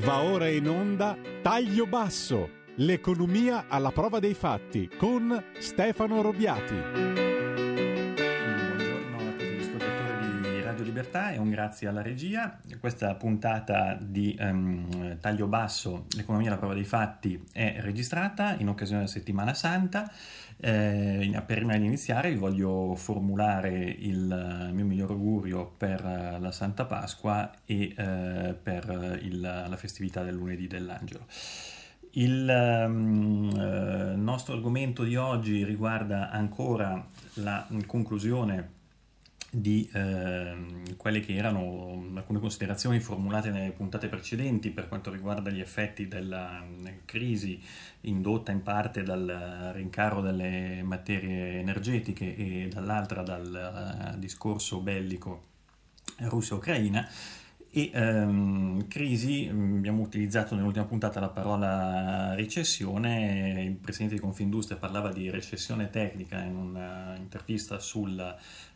Va ora in onda Taglio Basso, l'economia alla prova dei fatti con Stefano Robbiati. Buongiorno a tutti gli ascoltatori di Radio Libertà e un grazie alla regia. Questa puntata di Taglio Basso, l'economia alla prova dei fatti, è registrata in occasione della Settimana Santa. Prima di iniziare vi voglio formulare il mio miglior augurio per la Santa Pasqua e per la festività del lunedì dell'Angelo. Il nostro argomento di oggi riguarda ancora la conclusione di quelle che erano alcune considerazioni formulate nelle puntate precedenti per quanto riguarda gli effetti della crisi indotta in parte dal rincaro delle materie energetiche e dall'altra dal discorso bellico Russia-Ucraina. E crisi, abbiamo utilizzato nell'ultima puntata la parola recessione. Il presidente di Confindustria parlava di recessione tecnica in un'intervista sul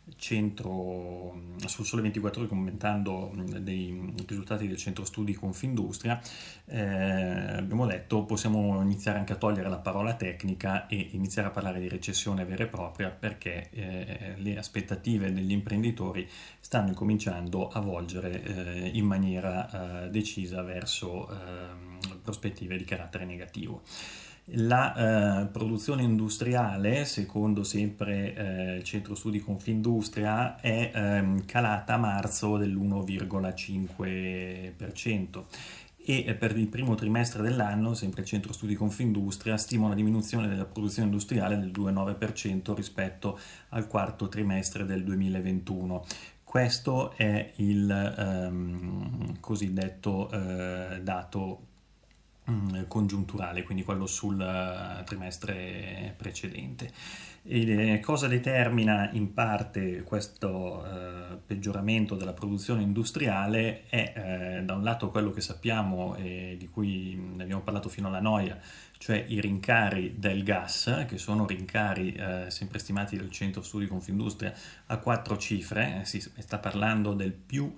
Sole 24 Ore, commentando dei risultati del centro studi Confindustria. Abbiamo detto possiamo iniziare anche a togliere la parola tecnica e iniziare a parlare di recessione vera e propria, perché le aspettative degli imprenditori stanno incominciando a volgere in maniera decisa verso prospettive di carattere negativo. La produzione industriale, secondo sempre il centro studi Confindustria, è calata a marzo dell'1,5% e per il primo trimestre dell'anno, sempre il centro studi Confindustria stima una diminuzione della produzione industriale del 2,9% rispetto al quarto trimestre del 2021. Questo è il cosiddetto dato congiunturale, quindi quello sul trimestre precedente. E cosa determina in parte questo peggioramento della produzione industriale è da un lato quello che sappiamo e di cui ne abbiamo parlato fino alla noia, cioè i rincari del gas, che sono rincari sempre stimati dal centro studi Confindustria a 4 cifre. Si sta parlando del più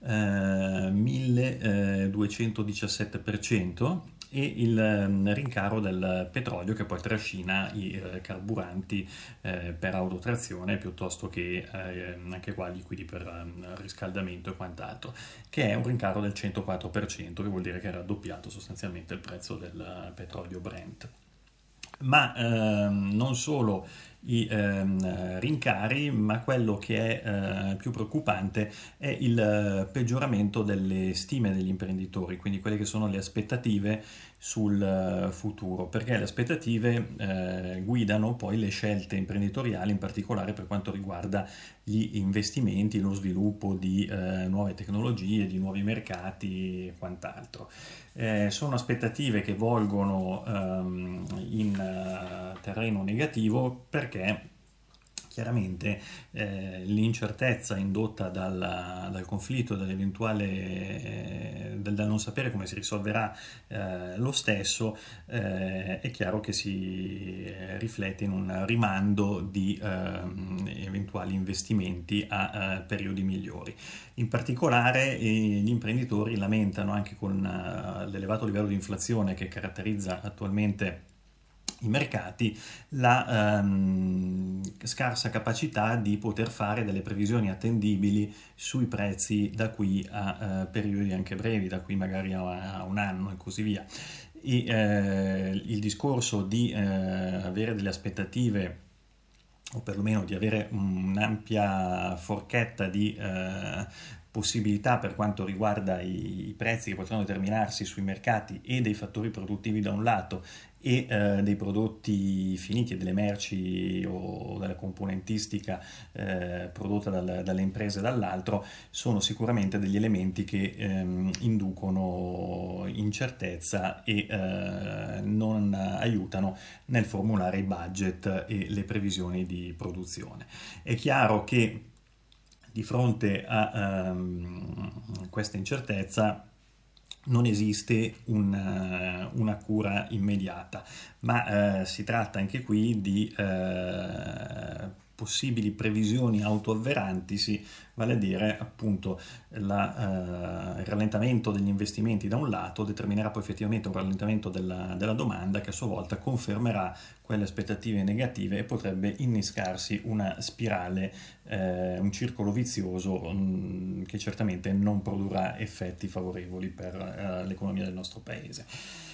1217%, e il rincaro del petrolio, che poi trascina i carburanti per autotrazione piuttosto che anche qua liquidi per riscaldamento e quant'altro, che è un rincaro del 104%, che vuol dire che è raddoppiato sostanzialmente il prezzo del petrolio Brent. Ma non solo i rincari, ma quello che è più preoccupante è il peggioramento delle stime degli imprenditori, quindi quelle che sono le aspettative sul futuro, perché le aspettative guidano poi le scelte imprenditoriali, in particolare per quanto riguarda gli investimenti, lo sviluppo di nuove tecnologie, di nuovi mercati e quant'altro. Sono aspettative che volgono in terreno negativo, perché chiaramente l'incertezza indotta dal conflitto, dal non sapere come si risolverà lo stesso, è chiaro che si riflette in un rimando di eventuali investimenti a periodi migliori. In particolare gli imprenditori lamentano, anche con l'elevato livello di inflazione che caratterizza attualmente i mercati, la scarsa capacità di poter fare delle previsioni attendibili sui prezzi da qui a periodi anche brevi, da qui magari a un anno e così via. E il discorso di avere delle aspettative, o perlomeno di avere un'ampia forchetta di possibilità per quanto riguarda i prezzi che potranno determinarsi sui mercati e dei fattori produttivi da un lato e dei prodotti finiti e delle merci o della componentistica prodotta dalle imprese dall'altro, sono sicuramente degli elementi che inducono incertezza e non aiutano nel formulare i budget e le previsioni di produzione. È chiaro che di fronte a questa incertezza non esiste una cura immediata, ma si tratta anche qui di possibili previsioni autoavverantisi, vale a dire appunto il rallentamento degli investimenti da un lato determinerà poi effettivamente un rallentamento della domanda, che a sua volta confermerà quelle aspettative negative e potrebbe innescarsi una spirale, un circolo vizioso che certamente non produrrà effetti favorevoli per l'economia del nostro paese.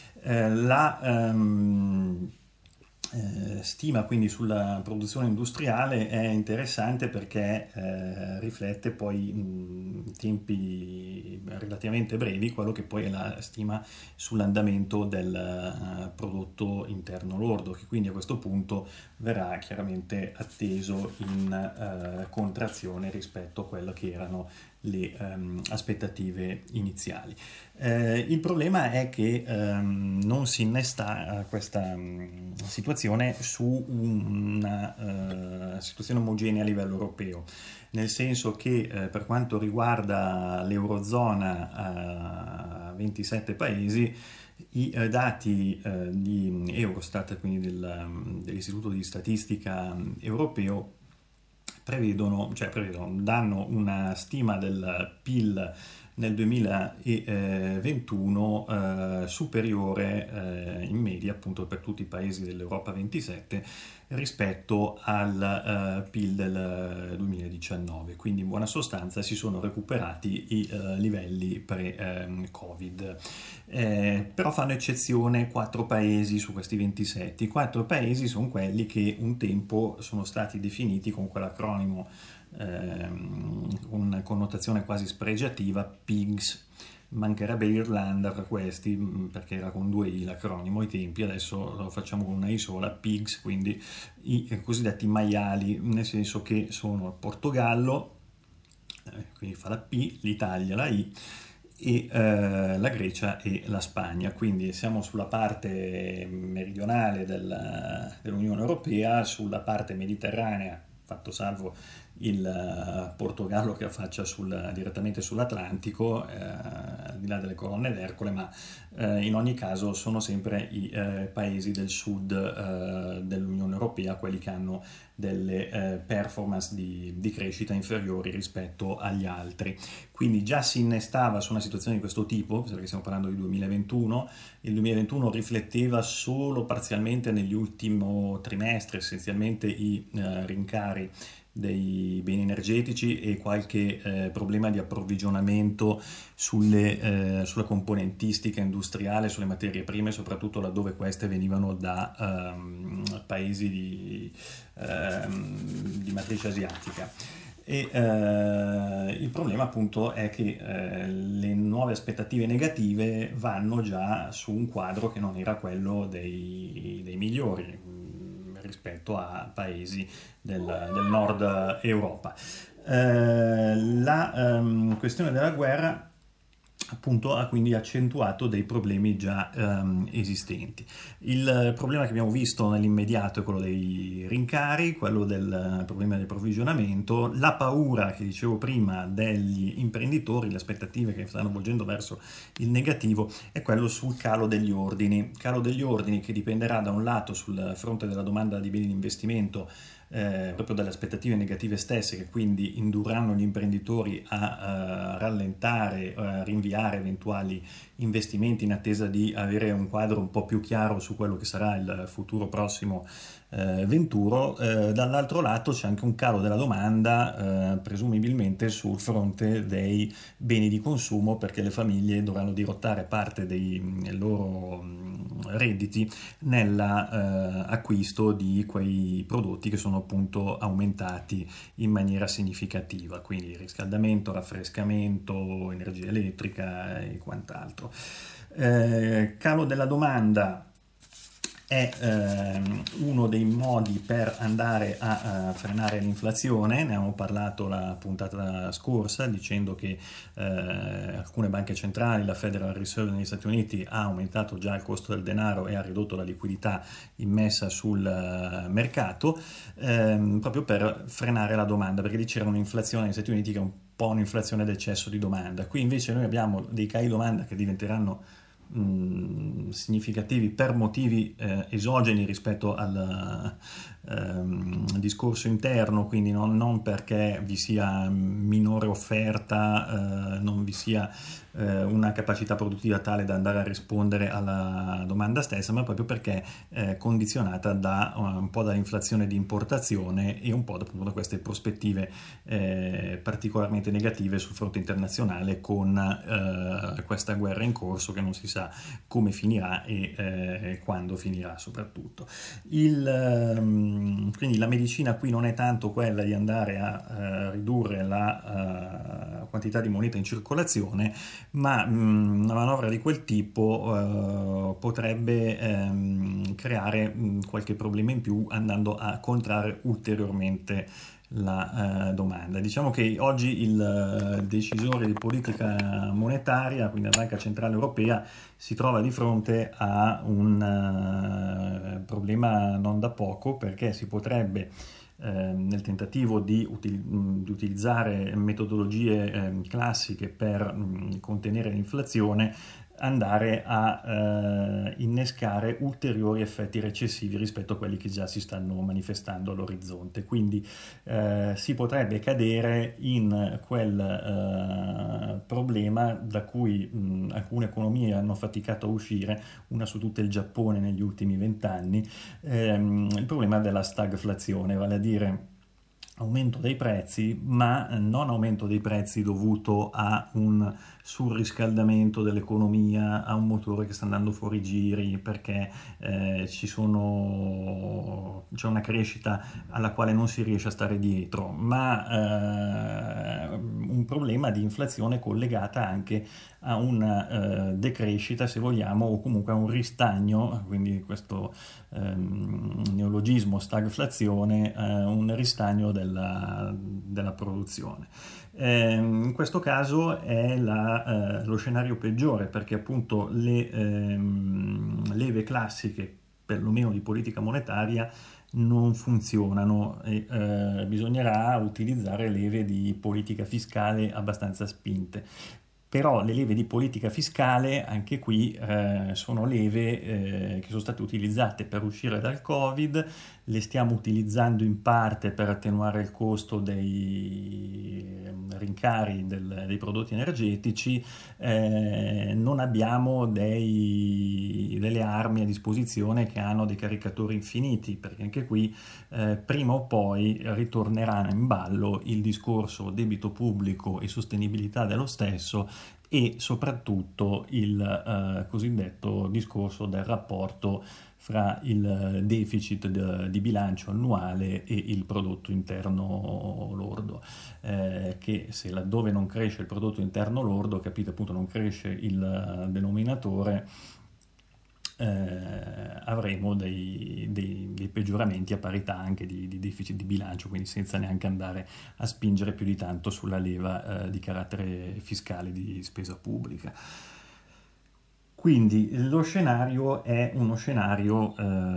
Stima quindi sulla produzione industriale è interessante perché riflette poi in tempi relativamente brevi quello che poi è la stima sull'andamento del prodotto interno lordo, che quindi a questo punto verrà chiaramente atteso in contrazione rispetto a quello che erano le aspettative iniziali. Il problema è che non si innesta questa situazione su una situazione omogenea a livello europeo, nel senso che per quanto riguarda l'Eurozona a 27 paesi, i dati di Eurostat, quindi dell'Istituto di Statistica Europeo, danno una stima del PIL nel 2021 superiore in media appunto per tutti i paesi dell'Europa 27 rispetto al PIL del 2019, quindi in buona sostanza si sono recuperati i livelli pre-Covid. Però fanno eccezione 4 paesi su questi 27. I 4 paesi sono quelli che un tempo sono stati definiti con quell'acronimo con connotazione quasi spregiativa, PIGS. Mancherebbe l'Irlanda fra questi, perché era con 2 I l'acronimo ai tempi, adesso lo facciamo con una I sola, PIGS, quindi i cosiddetti maiali, nel senso che sono il Portogallo, quindi fa la P, l'Italia la I, e la Grecia e la Spagna, quindi siamo sulla parte meridionale dell'Unione Europea, sulla parte mediterranea, fatto salvo il Portogallo che affaccia direttamente sull'Atlantico, al di là delle colonne d'Ercole, ma in ogni caso sono sempre i paesi del sud dell'Unione Europea quelli che hanno delle performance di crescita inferiori rispetto agli altri. Quindi già si innestava su una situazione di questo tipo, perché stiamo parlando di 2021, il 2021 rifletteva solo parzialmente negli ultimi trimestri essenzialmente i rincari dei beni energetici e qualche problema di approvvigionamento sulla componentistica industriale, sulle materie prime, soprattutto laddove queste venivano da paesi di matrice asiatica. E il problema appunto è che le nuove aspettative negative vanno già su un quadro che non era quello dei migliori rispetto a paesi del nord Europa. La questione della guerra appunto ha quindi accentuato dei problemi già esistenti. Il problema che abbiamo visto nell'immediato è quello dei rincari, quello del problema del approvvigionamento, la paura che dicevo prima degli imprenditori, le aspettative che stanno volgendo verso il negativo, è quello sul calo degli ordini che dipenderà da un lato sul fronte della domanda di beni di investimento, proprio dalle aspettative negative stesse, che quindi indurranno gli imprenditori a rallentare, a rinviare eventuali investimenti in attesa di avere un quadro un po' più chiaro su quello che sarà il futuro prossimo venturo. Dall'altro lato c'è anche un calo della domanda, presumibilmente sul fronte dei beni di consumo, perché le famiglie dovranno dirottare parte dei loro redditi nell'acquisto di quei prodotti che sono appunto aumentati in maniera significativa, quindi riscaldamento, raffrescamento, energia elettrica e quant'altro. Calo della domanda è uno dei modi per andare a frenare l'inflazione. Ne abbiamo parlato la puntata scorsa dicendo che alcune banche centrali, la Federal Reserve negli Stati Uniti, ha aumentato già il costo del denaro e ha ridotto la liquidità immessa sul mercato proprio per frenare la domanda, perché lì c'era un'inflazione negli Stati Uniti che è un po' un'inflazione d'eccesso di domanda. Qui invece noi abbiamo dei cali domanda che diventeranno significativi per motivi esogeni rispetto al discorso interno, quindi non perché vi sia minore offerta, non vi sia una capacità produttiva tale da andare a rispondere alla domanda stessa, ma proprio perché condizionata da un po' dall'inflazione di importazione e un po' appunto da queste prospettive particolarmente negative sul fronte internazionale, con questa guerra in corso che non si sa come finirà e quando finirà soprattutto. Quindi la medicina qui non è tanto quella di andare a ridurre la quantità di moneta in circolazione, ma una manovra di quel tipo potrebbe creare qualche problema in più, andando a contrarre ulteriormente la domanda. Diciamo che oggi il decisore di politica monetaria, quindi la Banca Centrale Europea, si trova di fronte a un problema non da poco, perché si potrebbe nel tentativo di utilizzare metodologie classiche per contenere l'inflazione, andare a innescare ulteriori effetti recessivi rispetto a quelli che già si stanno manifestando all'orizzonte. Quindi si potrebbe cadere in quel problema da cui alcune economie hanno faticato a uscire, una su tutte il Giappone negli ultimi 20 anni, il problema della stagflazione, vale a dire aumento dei prezzi, ma non aumento dei prezzi dovuto a un surriscaldamento dell'economia, a un motore che sta andando fuori giri perché c'è una crescita alla quale non si riesce a stare dietro, ma un problema di inflazione collegata anche a una decrescita, se vogliamo, o comunque a un ristagno, quindi questo neologismo stagflazione, un ristagno della produzione. In questo caso è lo scenario peggiore, perché appunto le leve classiche, perlomeno di politica monetaria, non funzionano e bisognerà utilizzare leve di politica fiscale abbastanza spinte. Però le leve di politica fiscale, anche qui, sono leve che sono state utilizzate per uscire dal Covid, le stiamo utilizzando in parte per attenuare il costo dei rincari dei prodotti energetici, non abbiamo delle armi a disposizione che hanno dei caricatori infiniti, perché anche qui prima o poi ritornerà in ballo il discorso debito pubblico e sostenibilità dello stesso, e soprattutto il cosiddetto discorso del rapporto fra il deficit di bilancio annuale e il prodotto interno lordo, che se laddove non cresce il prodotto interno lordo, capite, appunto non cresce il denominatore, avremo dei peggioramenti a parità anche di deficit di bilancio, quindi senza neanche andare a spingere più di tanto sulla leva di carattere fiscale di spesa pubblica. Quindi lo scenario è uno scenario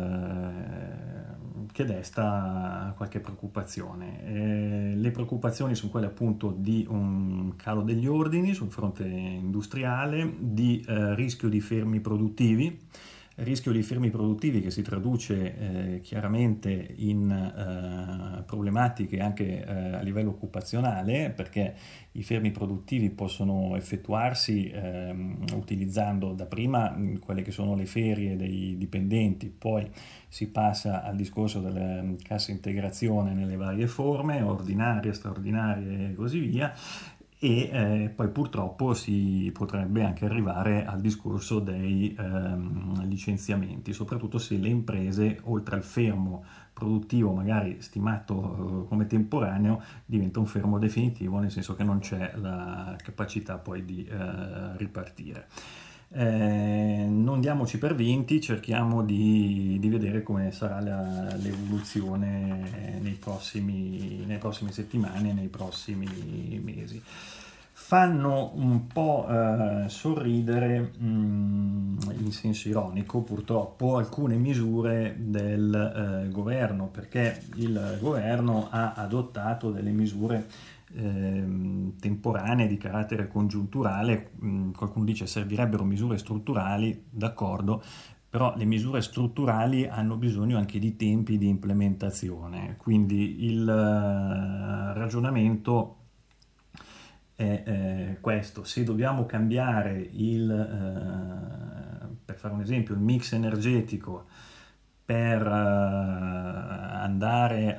che desta qualche preoccupazione. Le preoccupazioni sono quelle appunto di un calo degli ordini sul fronte industriale, di rischio di fermi produttivi che si traduce chiaramente in problematiche anche a livello occupazionale, perché i fermi produttivi possono effettuarsi utilizzando dapprima quelle che sono le ferie dei dipendenti, poi si passa al discorso della cassa integrazione nelle varie forme, ordinarie, straordinarie e così via, e poi purtroppo si potrebbe anche arrivare al discorso dei licenziamenti, soprattutto se le imprese, oltre al fermo produttivo magari stimato come temporaneo, diventa un fermo definitivo, nel senso che non c'è la capacità poi di ripartire. Non diamoci per vinti, cerchiamo di vedere come sarà l'evoluzione nei prossime settimane, nei prossimi mesi. Fanno un po' sorridere, in senso ironico purtroppo, alcune misure del governo, perché il governo ha adottato delle misure temporanee di carattere congiunturale. Qualcuno dice servirebbero misure strutturali, d'accordo, però le misure strutturali hanno bisogno anche di tempi di implementazione, quindi il ragionamento è questo: se dobbiamo cambiare per fare un esempio, il mix energetico per andare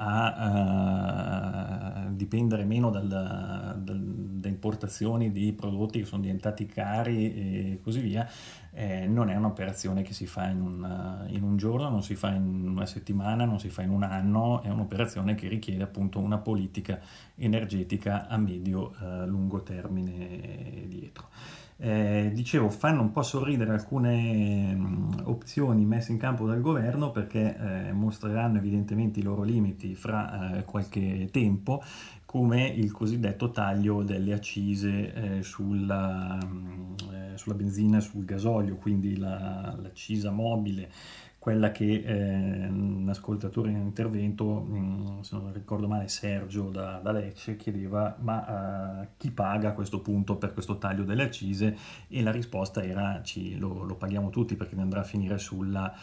a dipendere meno da importazioni di prodotti che sono diventati cari e così via, non è un'operazione che si fa in un giorno, non si fa in una settimana, non si fa in un anno, è un'operazione che richiede appunto una politica energetica a medio-lungo termine dietro. Dicevo, fanno un po' sorridere alcune opzioni messe in campo dal governo, perché mostreranno evidentemente i loro limiti fra qualche tempo, come il cosiddetto taglio delle accise sulla benzina e sul gasolio, quindi l'accisa mobile, quella che un ascoltatore in intervento, se non ricordo male Sergio da Lecce, chiedeva: ma chi paga a questo punto per questo taglio delle accise? E la risposta era: lo paghiamo tutti, perché ne andrà a finire sulla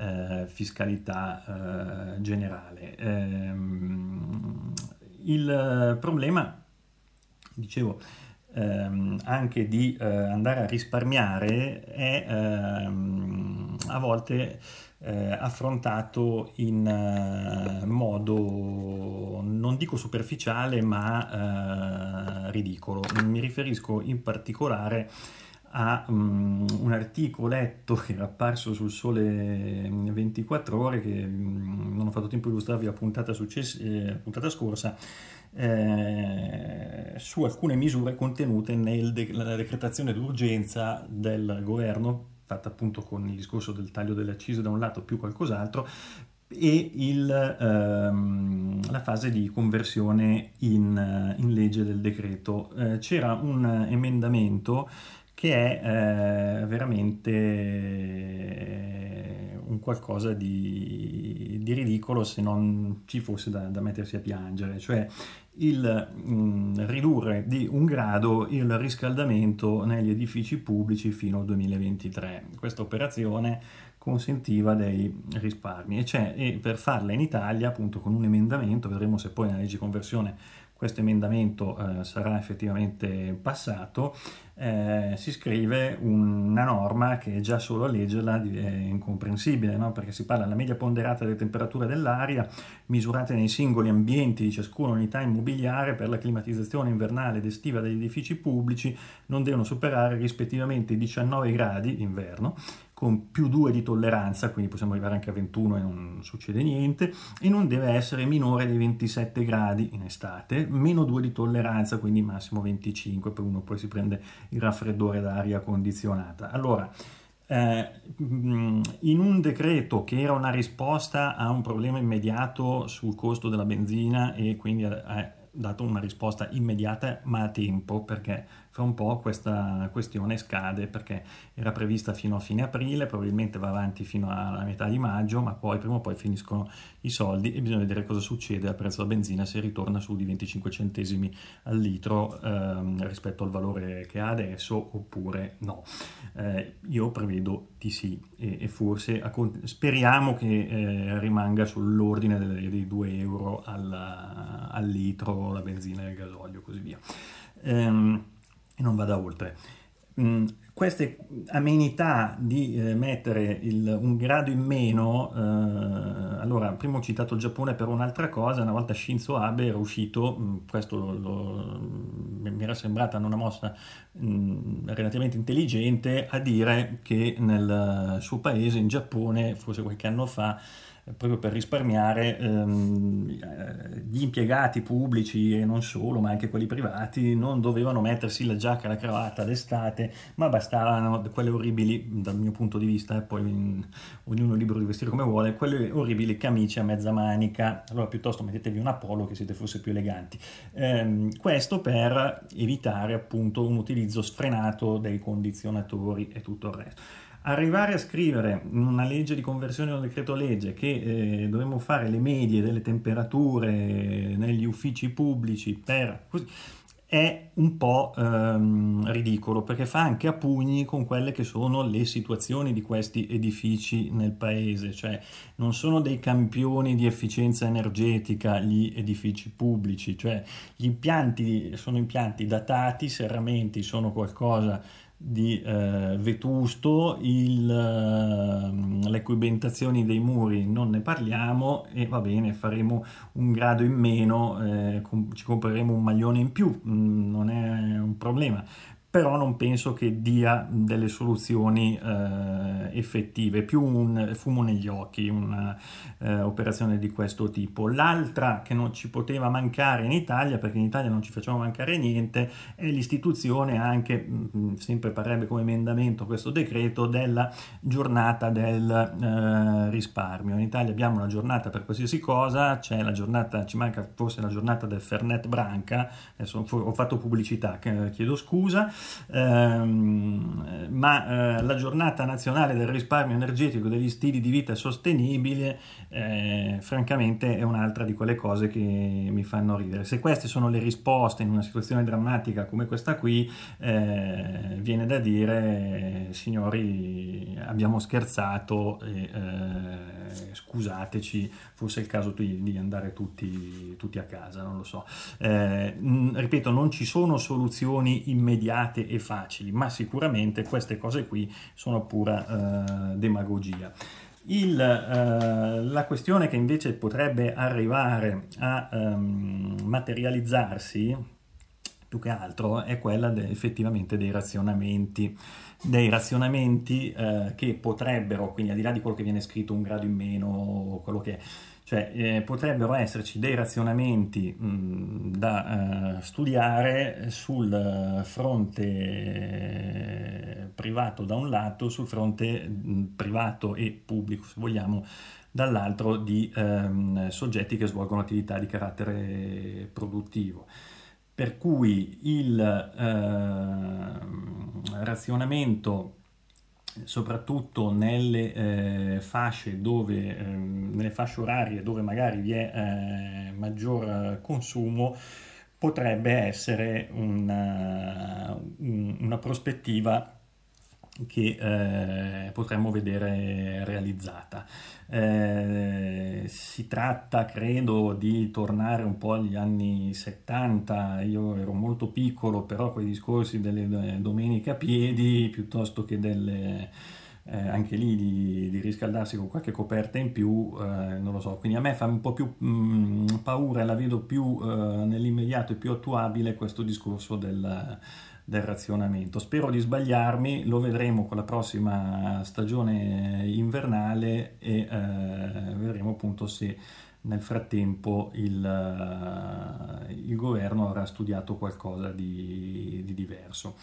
fiscalità generale. Il problema, dicevo, anche di andare a risparmiare è a volte affrontato in modo, non dico superficiale, ma ridicolo. Mi riferisco in particolare a un articolo letto che era apparso sul Sole 24 Ore, che non ho fatto tempo di illustrarvi la puntata scorsa, su alcune misure contenute nella decretazione d'urgenza del governo, fatta appunto con il discorso del taglio delle accise da un lato più qualcos'altro, e la fase di conversione in legge del decreto. C'era un emendamento che è veramente un qualcosa di ridicolo, se non ci fosse da mettersi a piangere, cioè il ridurre di 1 grado il riscaldamento negli edifici pubblici fino al 2023. Questa operazione consentiva dei risparmi, e per farla in Italia, appunto, con un emendamento, vedremo se poi nella legge di conversione questo emendamento sarà effettivamente passato, si scrive una norma che già solo a leggerla è incomprensibile, no? Perché si parla della media ponderata delle temperature dell'aria misurate nei singoli ambienti di ciascuna unità immobiliare per la climatizzazione invernale ed estiva degli edifici pubblici non devono superare rispettivamente i 19 gradi d'inverno, con +2 di tolleranza, quindi possiamo arrivare anche a 21 e non succede niente, e non deve essere minore dei 27 gradi in estate, -2 di tolleranza, quindi massimo 25, per uno poi si prende il raffreddore da aria condizionata. Allora, in un decreto che era una risposta a un problema immediato sul costo della benzina, e quindi ha dato una risposta immediata ma a tempo, perché fra un po' questa questione scade, perché era prevista fino a fine aprile, probabilmente va avanti fino alla metà di maggio, ma poi prima o poi finiscono i soldi e bisogna vedere cosa succede al prezzo della benzina, se ritorna su di 25 centesimi al litro rispetto al valore che ha adesso oppure no. Io prevedo di sì, e forse speriamo che rimanga sull'ordine dei 2 euro al litro la benzina e il gasolio, così via, e non vada oltre. Queste amenità di mettere 1 grado in meno, allora prima ho citato il Giappone per un'altra cosa. Una volta Shinzo Abe era uscito, questo mi era sembrata una mossa relativamente intelligente, a dire che nel suo paese, in Giappone, forse qualche anno fa, proprio per risparmiare, gli impiegati pubblici e non solo, ma anche quelli privati, non dovevano mettersi la giacca e la cravatta d'estate, ma bastavano quelle orribili, dal mio punto di vista, poi ognuno è libero di vestire come vuole, quelle orribili camicie a mezza manica. Allora piuttosto mettetevi una polo, che siete forse più eleganti. Questo per evitare appunto un utilizzo sfrenato dei condizionatori e tutto il resto. Arrivare a scrivere in una legge di conversione di un decreto legge che dovremmo fare le medie delle temperature negli uffici pubblici per così, è un po' ridicolo, perché fa anche a pugni con quelle che sono le situazioni di questi edifici nel paese, cioè non sono dei campioni di efficienza energetica gli edifici pubblici, cioè gli impianti sono impianti datati, i serramenti sono qualcosa di vetusto, le equibentazioni dei muri non ne parliamo e va bene, faremo un grado in meno, ci compreremo un maglione in più, non è un problema. Però non penso che dia delle soluzioni effettive, più un fumo negli occhi, una operazione di questo tipo. L'altra che non ci poteva mancare in Italia, perché in Italia non ci facciamo mancare niente, è l'istituzione anche, sempre parrebbe come emendamento questo decreto, della giornata del risparmio. In Italia abbiamo una giornata per qualsiasi cosa, c'è la giornata, ci manca forse la giornata del Fernet Branca, adesso ho fatto pubblicità, chiedo scusa. Ma la giornata nazionale del risparmio energetico, degli stili di vita sostenibile, francamente è un'altra di quelle cose che mi fanno ridere. Se queste sono le risposte in una situazione drammatica come questa qui, viene da dire, signori, abbiamo scherzato, scusateci, forse è il caso di andare tutti a casa, non lo so. Ripeto, non ci sono soluzioni immediate e facili, ma sicuramente queste cose qui sono pura demagogia. La questione che invece potrebbe arrivare a materializzarsi più che altro è quella effettivamente dei razionamenti che potrebbero, quindi al di là di quello che viene scritto un grado in meno, quello che è, cioè potrebbero esserci dei razionamenti da studiare sul fronte privato da un lato, sul fronte privato e pubblico, se vogliamo, dall'altro, di soggetti che svolgono attività di carattere produttivo. Per cui il razionamento, soprattutto nelle fasce nelle fasce orarie dove magari vi è maggior consumo, potrebbe essere una prospettiva che potremmo vedere realizzata. Si tratta, credo, di tornare un po' agli anni 70. Io ero molto piccolo, però quei discorsi delle domeniche a piedi, piuttosto che anche lì di riscaldarsi con qualche coperta in più, non lo so, quindi a me fa un po' più paura e la vedo più nell'immediato e più attuabile questo discorso del razionamento. Spero di sbagliarmi, lo vedremo con la prossima stagione invernale e vedremo appunto se nel frattempo il governo avrà studiato qualcosa di diverso.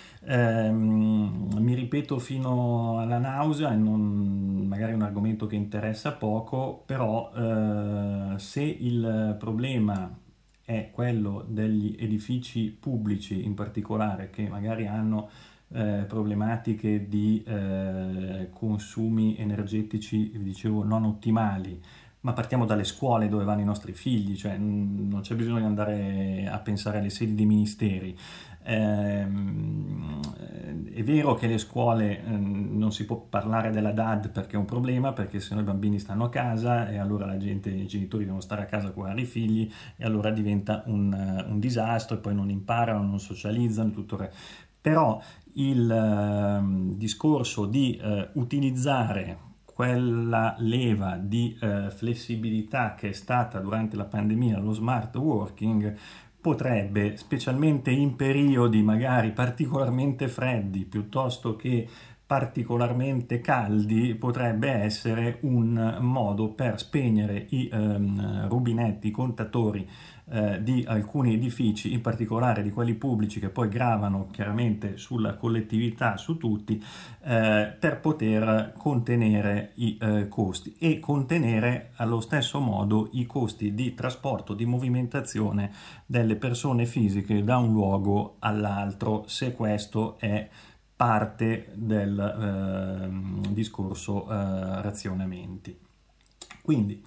Mi ripeto fino alla nausea, e magari è un argomento che interessa poco, però se il problema è quello degli edifici pubblici in particolare, che magari hanno problematiche di consumi energetici, vi dicevo, non ottimali, ma partiamo dalle scuole dove vanno i nostri figli, cioè non c'è bisogno di andare a pensare alle sedi dei ministeri. È vero che le scuole non si può parlare della DAD perché è un problema, perché se no i bambini stanno a casa e allora i genitori devono stare a casa a curare i figli e allora diventa un disastro e poi non imparano, non socializzano, tutto il resto. Però il discorso di utilizzare quella leva di flessibilità che è stata durante la pandemia, lo smart working, potrebbe, specialmente in periodi magari particolarmente freddi piuttosto che particolarmente caldi, potrebbe essere un modo per spegnere i rubinetti, i contatori di alcuni edifici, in particolare di quelli pubblici che poi gravano chiaramente sulla collettività, su tutti, per poter contenere i costi e contenere allo stesso modo i costi di trasporto, di movimentazione delle persone fisiche da un luogo all'altro, se questo è parte del discorso razionamenti. Quindi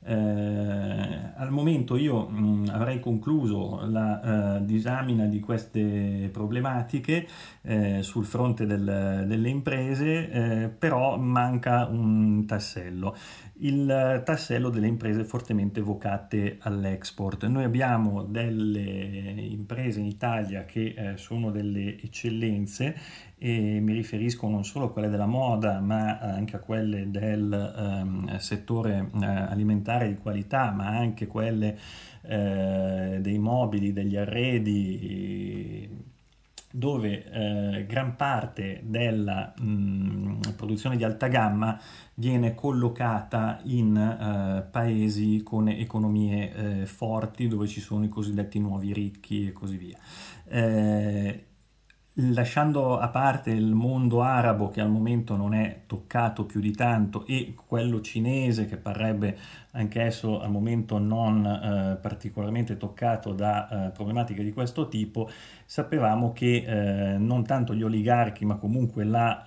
al momento io avrei concluso la disamina di queste problematiche sul fronte delle imprese, però manca un tassello, il tassello delle imprese fortemente vocate all'export. Noi abbiamo delle imprese in Italia che sono delle eccellenze, e mi riferisco non solo a quelle della moda ma anche a quelle del settore alimentare di qualità, ma anche quelle dei mobili, degli arredi, dove gran parte della produzione di alta gamma viene collocata in paesi con economie forti, dove ci sono i cosiddetti nuovi ricchi e così via. Lasciando a parte il mondo arabo, che al momento non è toccato più di tanto, e quello cinese, che parrebbe anch'esso al momento non particolarmente toccato da problematiche di questo tipo, sapevamo che non tanto gli oligarchi, ma comunque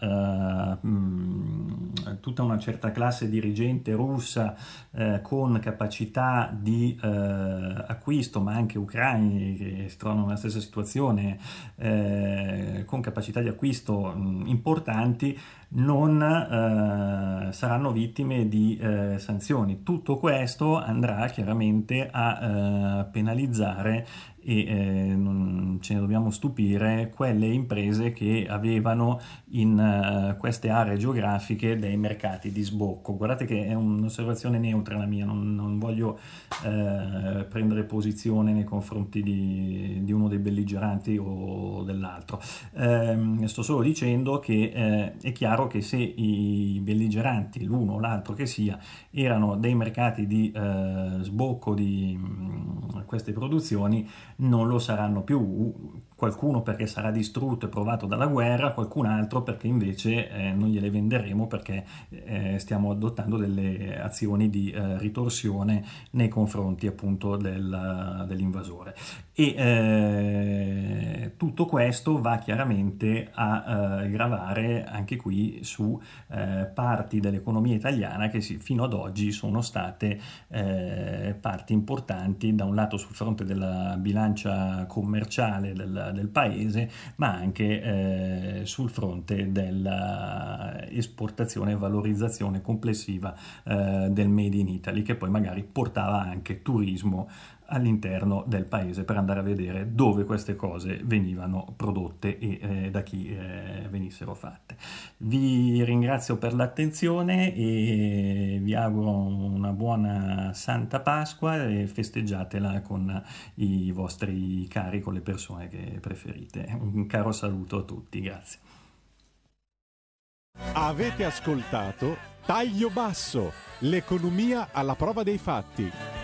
tutta una certa classe dirigente russa con capacità di acquisto, ma anche ucraini che si trovano nella stessa situazione, con capacità di acquisto importanti, non saranno vittime di sanzioni. Tutto questo andrà chiaramente a penalizzare, e non ce ne dobbiamo stupire, quelle imprese che avevano in queste aree geografiche dei mercati di sbocco. Guardate che è un'osservazione neutra la mia, non voglio prendere posizione nei confronti di uno dei belligeranti o dell'altro. Sto solo dicendo che è chiaro che se i belligeranti, l'uno o l'altro che sia, erano dei mercati di sbocco di queste produzioni, non lo saranno più. Qualcuno perché sarà distrutto e provato dalla guerra, qualcun altro perché invece non gliele venderemo, perché stiamo adottando delle azioni di ritorsione nei confronti appunto dell'invasore. E tutto questo va chiaramente a gravare anche qui su parti dell'economia italiana che fino ad oggi sono state parti importanti, da un lato sul fronte della bilancia commerciale del paese, ma anche sul fronte dell'esportazione e valorizzazione complessiva del Made in Italy, che poi magari portava anche turismo all'interno del paese per andare a vedere dove queste cose venivano prodotte e da chi venissero fatte. Vi ringrazio per l'attenzione e vi auguro una buona Santa Pasqua, e festeggiatela con i vostri cari, con le persone che preferite. Un caro saluto a tutti, grazie. Avete ascoltato Taglio Basso, l'economia alla prova dei fatti.